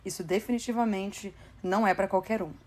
Isso definitivamente não é para qualquer um.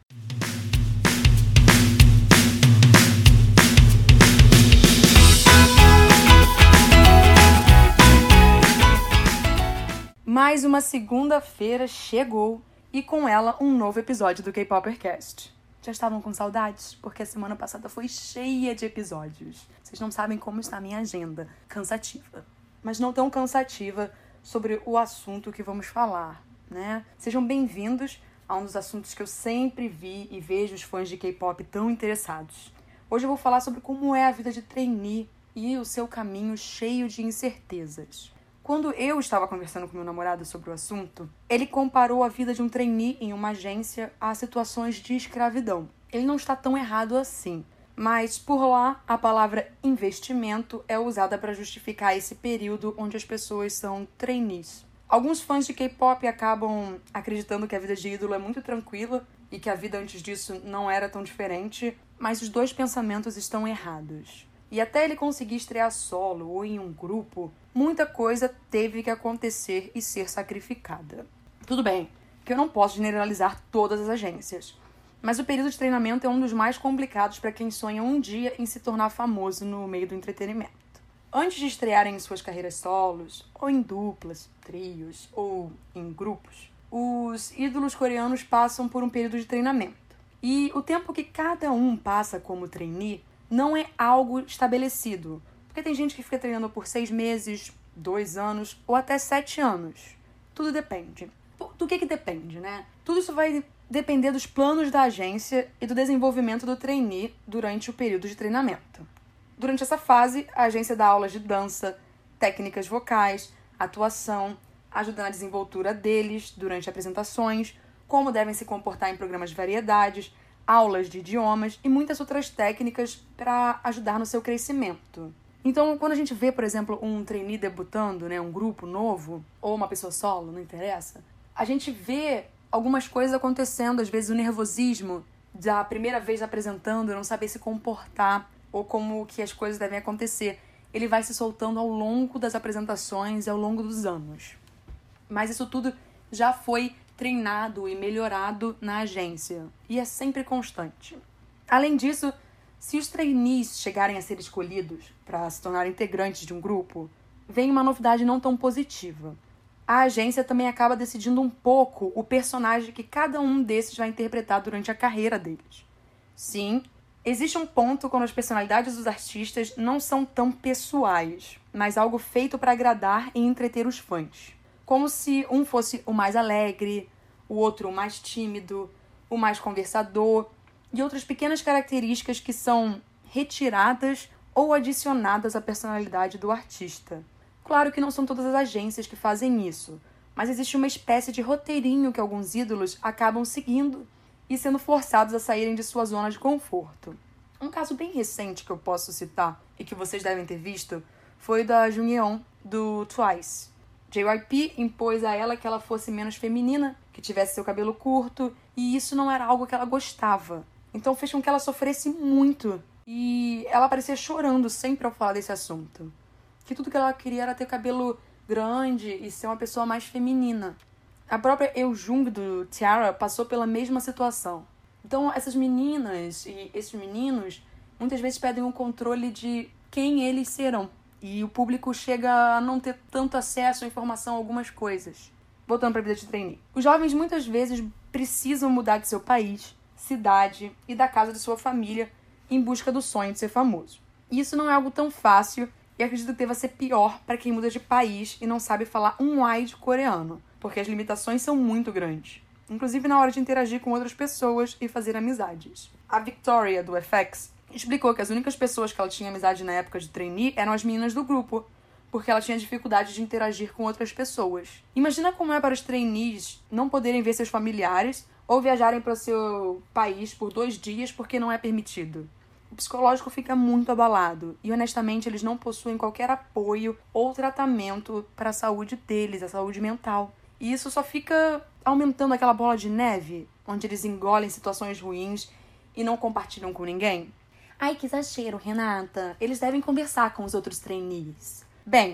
Mais uma segunda-feira chegou e com ela um novo episódio do K-Poppercast. Já estavam com saudades? Porque a semana passada foi cheia de episódios. Vocês não sabem como está a minha agenda. Cansativa. Mas não tão cansativa sobre o assunto que vamos falar, né? Sejam bem-vindos a um dos assuntos que eu sempre vi e vejo os fãs de K-pop tão interessados. Hoje eu vou falar sobre como é a vida de trainee e o seu caminho cheio de incertezas. Quando eu estava conversando com meu namorado sobre o assunto, ele comparou a vida de um trainee em uma agência a situações de escravidão. Ele não está tão errado assim, mas por lá a palavra investimento é usada para justificar esse período onde as pessoas são trainees. Alguns fãs de K-pop acabam acreditando que a vida de ídolo é muito tranquila e que a vida antes disso não era tão diferente, mas os dois pensamentos estão errados. E até ele conseguir estrear solo ou em um grupo, muita coisa teve que acontecer e ser sacrificada. Tudo bem, que eu não posso generalizar todas as agências, mas o período de treinamento é um dos mais complicados para quem sonha um dia em se tornar famoso no meio do entretenimento. Antes de estrearem em suas carreiras solos, ou em duplas, trios, ou em grupos, os ídolos coreanos passam por um período de treinamento. E o tempo que cada um passa como trainee não é algo estabelecido, porque tem gente que fica treinando por 6 meses, 2 anos ou até 7 anos. Tudo depende. Do que depende, né? Tudo isso vai depender dos planos da agência e do desenvolvimento do trainee durante o período de treinamento. Durante essa fase, a agência dá aulas de dança, técnicas vocais, atuação, ajuda na desenvoltura deles durante apresentações, como devem se comportar em programas de variedades, aulas de idiomas e muitas outras técnicas para ajudar no seu crescimento. Então, quando a gente vê, por exemplo, um trainee debutando, né, um grupo novo, ou uma pessoa solo, não interessa, a gente vê algumas coisas acontecendo, às vezes o nervosismo da primeira vez apresentando, não saber se comportar, ou como que as coisas devem acontecer. Ele vai se soltando ao longo das apresentações e ao longo dos anos. Mas isso tudo já foi treinado e melhorado na agência, e é sempre constante. Além disso, se os trainees chegarem a ser escolhidos para se tornar integrantes de um grupo, vem uma novidade não tão positiva. A agência também acaba decidindo um pouco o personagem que cada um desses vai interpretar durante a carreira deles. Sim, existe um ponto quando as personalidades dos artistas não são tão pessoais, mas algo feito para agradar e entreter os fãs. Como se um fosse o mais alegre, o outro o mais tímido, o mais conversador, e outras pequenas características que são retiradas ou adicionadas à personalidade do artista. Claro que não são todas as agências que fazem isso, mas existe uma espécie de roteirinho que alguns ídolos acabam seguindo e sendo forçados a saírem de sua zona de conforto. Um caso bem recente que eu posso citar e que vocês devem ter visto foi o da Jungyeon, do Twice. JYP impôs a ela que ela fosse menos feminina, que tivesse seu cabelo curto, e isso não era algo que ela gostava. Então fez com que ela sofresse muito, e ela parecia chorando sempre ao falar desse assunto. Que tudo que ela queria era ter cabelo grande e ser uma pessoa mais feminina. A própria Eujung do T-ara passou pela mesma situação. Então essas meninas e esses meninos muitas vezes pedem um controle de quem eles serão. E o público chega a não ter tanto acesso à informação a algumas coisas. Voltando para a vida de trainee. Os jovens muitas vezes precisam mudar de seu país, cidade e da casa de sua família em busca do sonho de ser famoso. E isso não é algo tão fácil e acredito que deva ser pior para quem muda de país e não sabe falar um ai de coreano, porque as limitações são muito grandes. Inclusive na hora de interagir com outras pessoas e fazer amizades. A Victoria, do FX, explicou que as únicas pessoas que ela tinha amizade na época de trainee eram as meninas do grupo, porque ela tinha dificuldade de interagir com outras pessoas. Imagina como é para os trainees não poderem ver seus familiares ou viajarem para o seu país por 2 dias porque não é permitido. O psicológico fica muito abalado e, honestamente, eles não possuem qualquer apoio ou tratamento para a saúde deles, a saúde mental. E isso só fica aumentando aquela bola de neve, onde eles engolem situações ruins e não compartilham com ninguém. Ai, que exagero, Renata. Eles devem conversar com os outros trainees. Bem,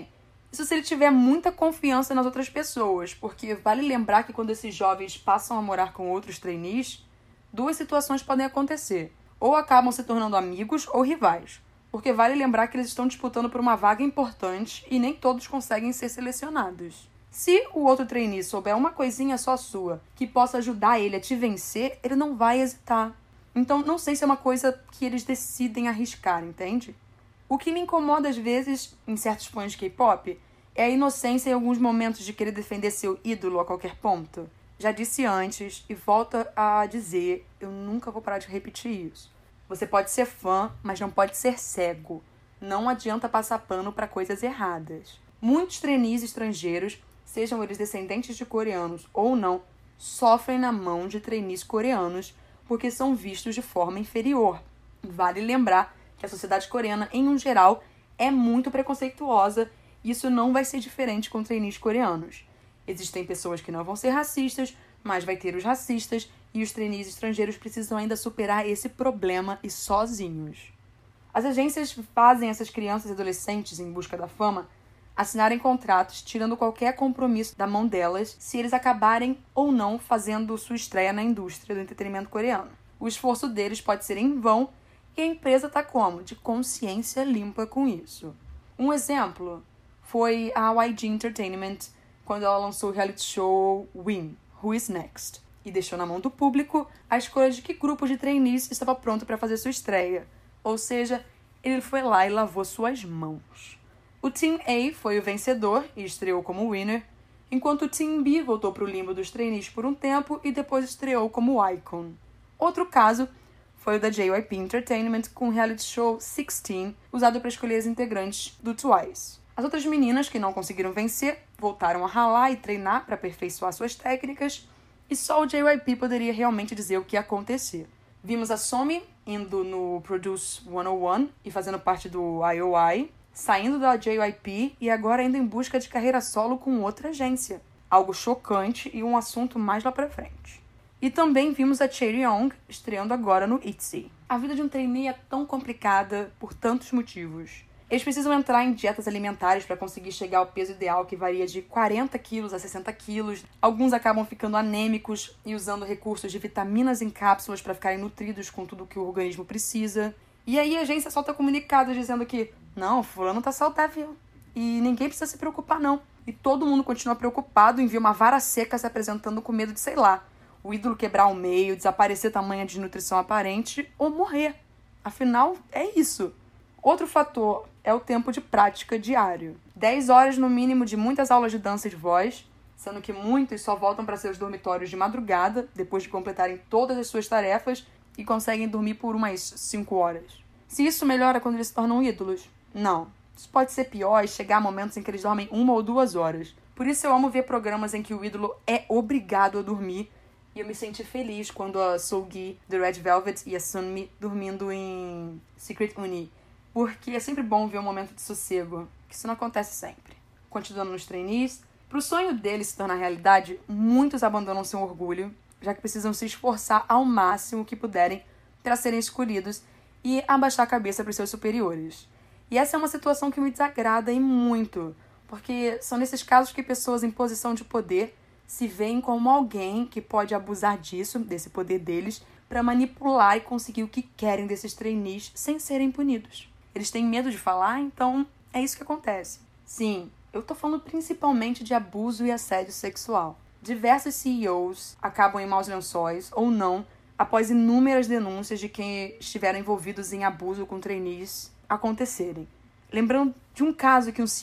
Isso se ele tiver muita confiança nas outras pessoas, porque vale lembrar que quando esses jovens passam a morar com outros trainees, duas situações podem acontecer. Ou acabam se tornando amigos ou rivais, porque vale lembrar que eles estão disputando por uma vaga importante e nem todos conseguem ser selecionados. Se o outro trainee souber uma coisinha só sua que possa ajudar ele a te vencer, ele não vai hesitar. Então, não sei se é uma coisa que eles decidem arriscar, entende? O que me incomoda às vezes, em certos fãs de K-pop, é a inocência em alguns momentos de querer defender seu ídolo a qualquer ponto. Já disse antes e volto a dizer, eu nunca vou parar de repetir isso. Você pode ser fã, mas não pode ser cego. Não adianta passar pano para coisas erradas. Muitos trainees estrangeiros, sejam eles descendentes de coreanos ou não, sofrem na mão de trainees coreanos porque são vistos de forma inferior. Vale lembrar que a sociedade coreana, em um geral, é muito preconceituosa e isso não vai ser diferente com trainees coreanos. Existem pessoas que não vão ser racistas, mas vai ter os racistas e os trainees estrangeiros precisam ainda superar esse problema e sozinhos. As agências fazem essas crianças e adolescentes em busca da fama assinarem contratos, tirando qualquer compromisso da mão delas se eles acabarem ou não fazendo sua estreia na indústria do entretenimento coreano. O esforço deles pode ser em vão e a empresa está como? De consciência limpa com isso. Um exemplo foi a YG Entertainment, quando ela lançou o reality show Win, Who is Next, e deixou na mão do público a escolha de que grupo de trainees estava pronto para fazer sua estreia. Ou seja, ele foi lá e lavou suas mãos. O Team A foi o vencedor e estreou como winner, enquanto o Team B voltou para o limbo dos trainees por um tempo e depois estreou como icon. Outro caso foi o da JYP Entertainment com o reality show 16, usado para escolher as integrantes do Twice. As outras meninas que não conseguiram vencer voltaram a ralar e treinar para aperfeiçoar suas técnicas, e só o JYP poderia realmente dizer o que ia acontecer. Vimos a Somi indo no Produce 101 e fazendo parte do IOI, saindo da JYP e agora indo em busca de carreira solo com outra agência. Algo chocante e um assunto mais lá pra frente. E também vimos a Chaeryeong estreando agora no ITZY. A vida de um trainee é tão complicada por tantos motivos. Eles precisam entrar em dietas alimentares para conseguir chegar ao peso ideal, que varia de 40 quilos a 60 quilos. Alguns acabam ficando anêmicos e usando recursos de vitaminas em cápsulas para ficarem nutridos com tudo que o organismo precisa. E aí a agência solta comunicados dizendo que não, fulano tá saudável e ninguém precisa se preocupar não. E todo mundo continua preocupado em ver uma vara seca se apresentando com medo de, sei lá, o ídolo quebrar ao meio, desaparecer tamanha desnutrição aparente ou morrer. Afinal, é isso. Outro fator é o tempo de prática diário. 10 horas no mínimo de muitas aulas de dança e de voz, sendo que muitos só voltam para seus dormitórios de madrugada, depois de completarem todas as suas tarefas, e conseguem dormir por umas 5 horas. Se isso melhora quando eles se tornam ídolos? Não. Isso pode ser pior e chegar a momentos em que eles dormem 1 ou 2 horas. Por isso eu amo ver programas em que o ídolo é obrigado a dormir, e eu me senti feliz quando a Seulgi, do Red Velvet, e a Sunmi dormindo em Secret Uni, porque é sempre bom ver um momento de sossego, que isso não acontece sempre. Continuando nos trainees, para o sonho deles se tornar realidade, muitos abandonam seu orgulho, já que precisam se esforçar ao máximo que puderem para serem escolhidos e abaixar a cabeça para os seus superiores. E essa é uma situação que me desagrada e muito, porque são nesses casos que pessoas em posição de poder se veem como alguém que pode abusar disso, desse poder deles, para manipular e conseguir o que querem desses trainees sem serem punidos. Eles têm medo de falar, então é isso que acontece. Sim, eu tô falando principalmente de abuso e assédio sexual. Diversos CEOs acabam em maus lençóis, ou não, após inúmeras denúncias de quem estiveram envolvidos em abuso com trainees acontecerem. Lembrando de um caso que um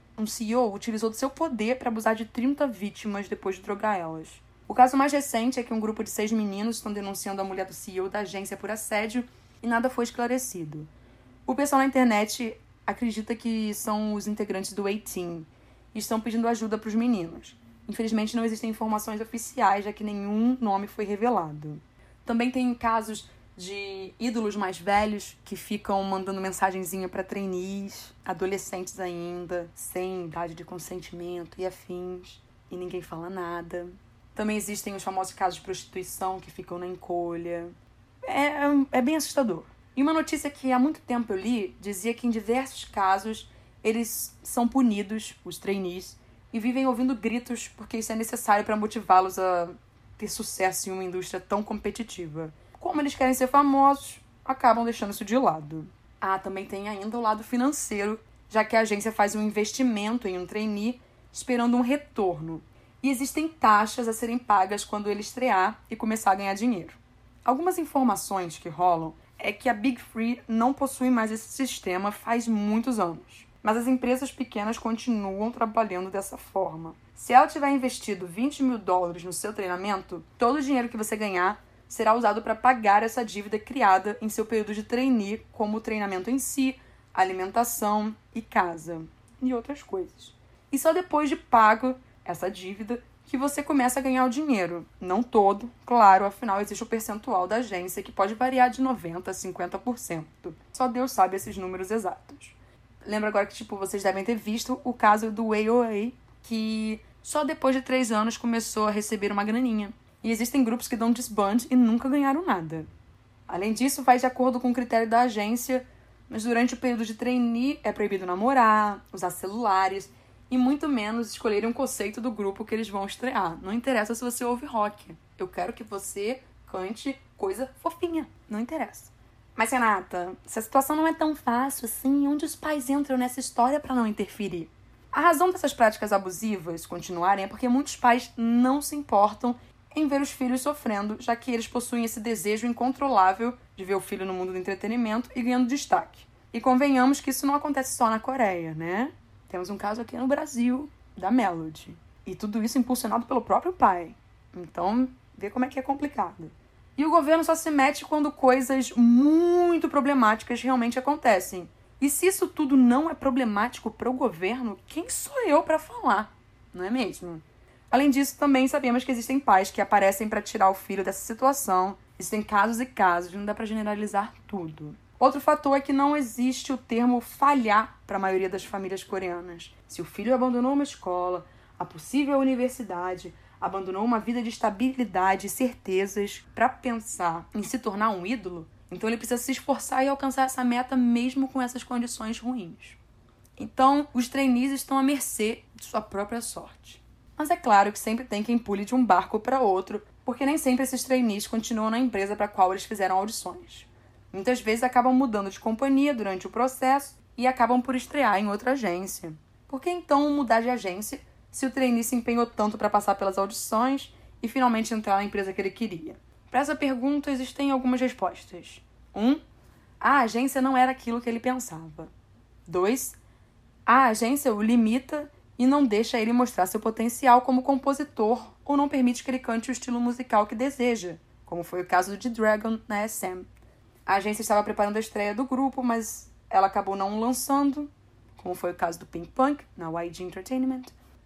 CEO utilizou do seu poder para abusar de 30 vítimas depois de drogar elas. O caso mais recente é que um grupo de 6 meninos estão denunciando a mulher do CEO da agência por assédio e nada foi esclarecido. O pessoal na internet acredita que são os integrantes do A-Team e estão pedindo ajuda para os meninos. Infelizmente não existem informações oficiais, já que nenhum nome foi revelado. Também tem casos de ídolos mais velhos que ficam mandando mensagenzinha para trainees, adolescentes ainda, sem idade de consentimento e afins, e ninguém fala nada. Também existem os famosos casos de prostituição que ficam na encolha. É bem assustador. E uma notícia que há muito tempo eu li dizia que em diversos casos eles são punidos, os trainees, e vivem ouvindo gritos porque isso é necessário para motivá-los a ter sucesso em uma indústria tão competitiva. Como eles querem ser famosos, acabam deixando isso de lado. Também tem ainda o lado financeiro, já que a agência faz um investimento em um trainee esperando um retorno. E existem taxas a serem pagas quando ele estrear e começar a ganhar dinheiro. Algumas informações que rolam é que a Big Three não possui mais esse sistema faz muitos anos. Mas as empresas pequenas continuam trabalhando dessa forma. Se ela tiver investido $20 mil no seu treinamento, todo o dinheiro que você ganhar será usado para pagar essa dívida criada em seu período de trainee, como o treinamento em si, alimentação e casa, e outras coisas. E só depois de pago essa dívida que você começa a ganhar o dinheiro. Não todo, claro, afinal existe o percentual da agência que pode variar de 90% a 50%. Só Deus sabe esses números exatos. Lembra agora que vocês devem ter visto o caso do AOA, que só depois de 3 anos começou a receber uma graninha. E existem grupos que dão desband e nunca ganharam nada. Além disso, vai de acordo com o critério da agência, mas durante o período de trainee é proibido namorar, usar celulares e muito menos escolherem um conceito do grupo que eles vão estrear. Não interessa se você ouve rock. Eu quero que você cante coisa fofinha. Não interessa. Mas, Renata, se a situação não é tão fácil assim, onde os pais entram nessa história para não interferir? A razão dessas práticas abusivas continuarem é porque muitos pais não se importam em ver os filhos sofrendo, já que eles possuem esse desejo incontrolável de ver o filho no mundo do entretenimento e ganhando destaque. E convenhamos que isso não acontece só na Coreia, né? Temos um caso aqui no Brasil, da Melody. E tudo isso impulsionado pelo próprio pai. Então, vê como é que é complicado. E o governo só se mete quando coisas muito problemáticas realmente acontecem. E se isso tudo não é problemático para o governo, quem sou eu para falar? Não é mesmo? Além disso, também sabemos que existem pais que aparecem para tirar o filho dessa situação. Existem casos e casos, não dá para generalizar tudo. Outro fator é que não existe o termo falhar para a maioria das famílias coreanas. Se o filho abandonou uma escola, a possível universidade, abandonou uma vida de estabilidade e certezas para pensar em se tornar um ídolo, então ele precisa se esforçar e alcançar essa meta mesmo com essas condições ruins. Então, os trainees estão à mercê de sua própria sorte. Mas é claro que sempre tem quem pule de um barco para outro, porque nem sempre esses trainees continuam na empresa para a qual eles fizeram audições. Muitas vezes acabam mudando de companhia durante o processo e acabam por estrear em outra agência. Por que então mudar de agência se o trainee se empenhou tanto para passar pelas audições e finalmente entrar na empresa que ele queria? Para essa pergunta existem algumas respostas. 1. A agência não era aquilo que ele pensava. 2. A agência o limita e não deixa ele mostrar seu potencial como compositor ou não permite que ele cante o estilo musical que deseja, como foi o caso de Dragon na SM. A agência estava preparando a estreia do grupo, mas ela acabou não lançando, como foi o caso do Pink Punk na YG Entertainment.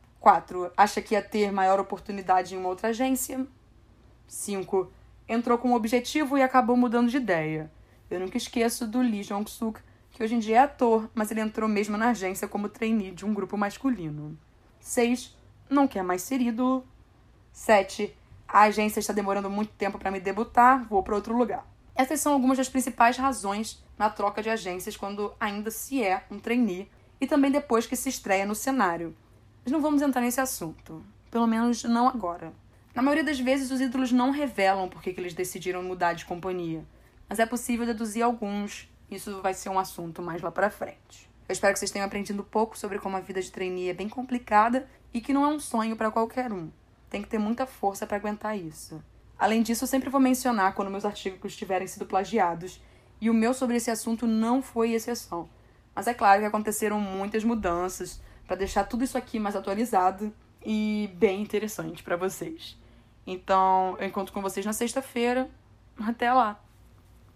4. Acha que ia ter maior oportunidade em uma outra agência. 5. Entrou com um objetivo e acabou mudando de ideia. Eu nunca esqueço do Lee Jong-suk, que hoje em dia é ator, mas ele entrou mesmo na agência como trainee de um grupo masculino. 6. Não quer mais ser ídolo. 7. A agência está demorando muito tempo para me debutar, vou para outro lugar. Essas são algumas das principais razões na troca de agências quando ainda se é um trainee e também depois que se estreia no cenário. Mas não vamos entrar nesse assunto, pelo menos não agora. Na maioria das vezes, os ídolos não revelam por que eles decidiram mudar de companhia, mas é possível deduzir alguns. Isso vai ser um assunto mais lá pra frente. Eu espero que vocês tenham aprendido um pouco sobre como a vida de trainee é bem complicada e que não é um sonho para qualquer um. Tem que ter muita força para aguentar isso. Além disso, eu sempre vou mencionar quando meus artigos tiverem sido plagiados, e o meu sobre esse assunto não foi exceção. Mas é claro que aconteceram muitas mudanças para deixar tudo isso aqui mais atualizado e bem interessante para vocês. Então, eu encontro com vocês na sexta-feira. Até lá!